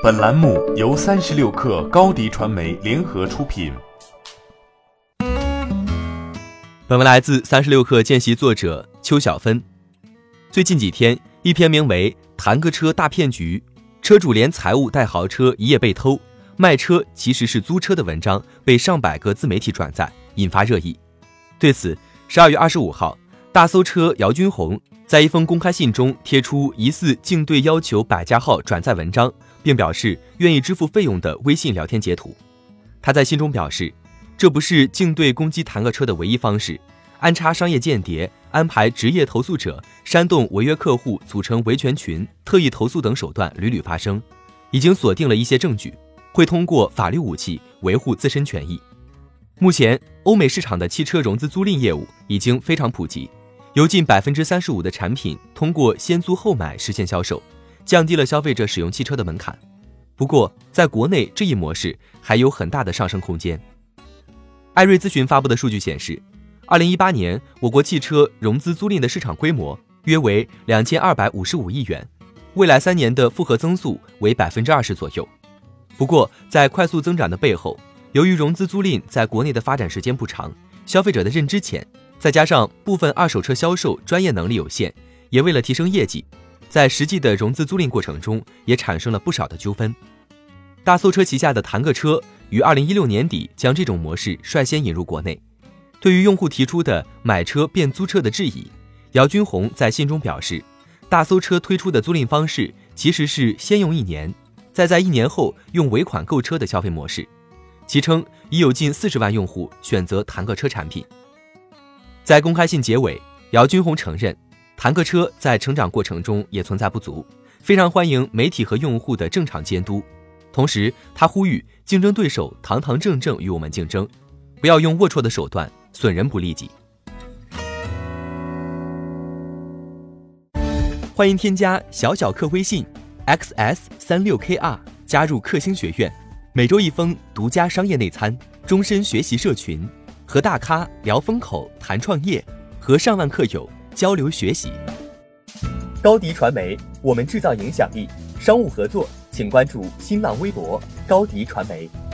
本栏目由36氪高迪传媒联合出品。 本文来自36氪见习作者邱小芬。最近几天，一篇名为《弹个车大骗局，车主连财物带豪车一夜被偷，卖车其实是租车》的文章被上百个自媒体转载，引发热议。对此，12月25号，大搜车姚军红在一封公开信中贴出疑似竞队要求百家号转载文章，并表示愿意支付费用的微信聊天截图。他在信中表示，这不是竞队攻击弹个车的唯一方式，安插商业间谍，安排职业投诉者，煽动违约客户组成维权群，特意投诉等手段屡屡发生，已经锁定了一些证据，会通过法律武器维护自身权益。目前，欧美市场的汽车融资租赁业务已经非常普及，有近 35% 的产品通过先租后买实现销售，降低了消费者使用汽车的门槛。不过，在国内这一模式还有很大的上升空间。艾瑞咨询发布的数据显示，2018年我国汽车融资租赁的市场规模约为2255亿元，未来3年的复合增速为 20% 左右。不过，在快速增长的背后，由于融资租赁在国内的发展时间不长，消费者的认知浅，再加上部分二手车销售专业能力有限，也为了提升业绩，在实际的融资租赁过程中也产生了不少的纠纷。大搜车旗下的弹个车于2016年底将这种模式率先引入国内。对于用户提出的买车变租车的质疑，姚军红在信中表示，大搜车推出的租赁方式其实是先用1年，再在1年后用尾款购车的消费模式，其称已有近40万用户选择弹个车产品。在公开信结尾，姚军红承认弹个车在成长过程中也存在不足，非常欢迎媒体和用户的正常监督。同时，他呼吁竞争对手堂堂正正与我们竞争，不要用龌龊的手段损人不利己。欢迎添加小小客微信 xs36kr 加入克星学院，每周1封独家商业内参，终身学习社群，和大咖聊风口谈创业，和上万客友交流学习。高迪传媒，我们制造影响力。商务合作请关注新浪微博高迪传媒。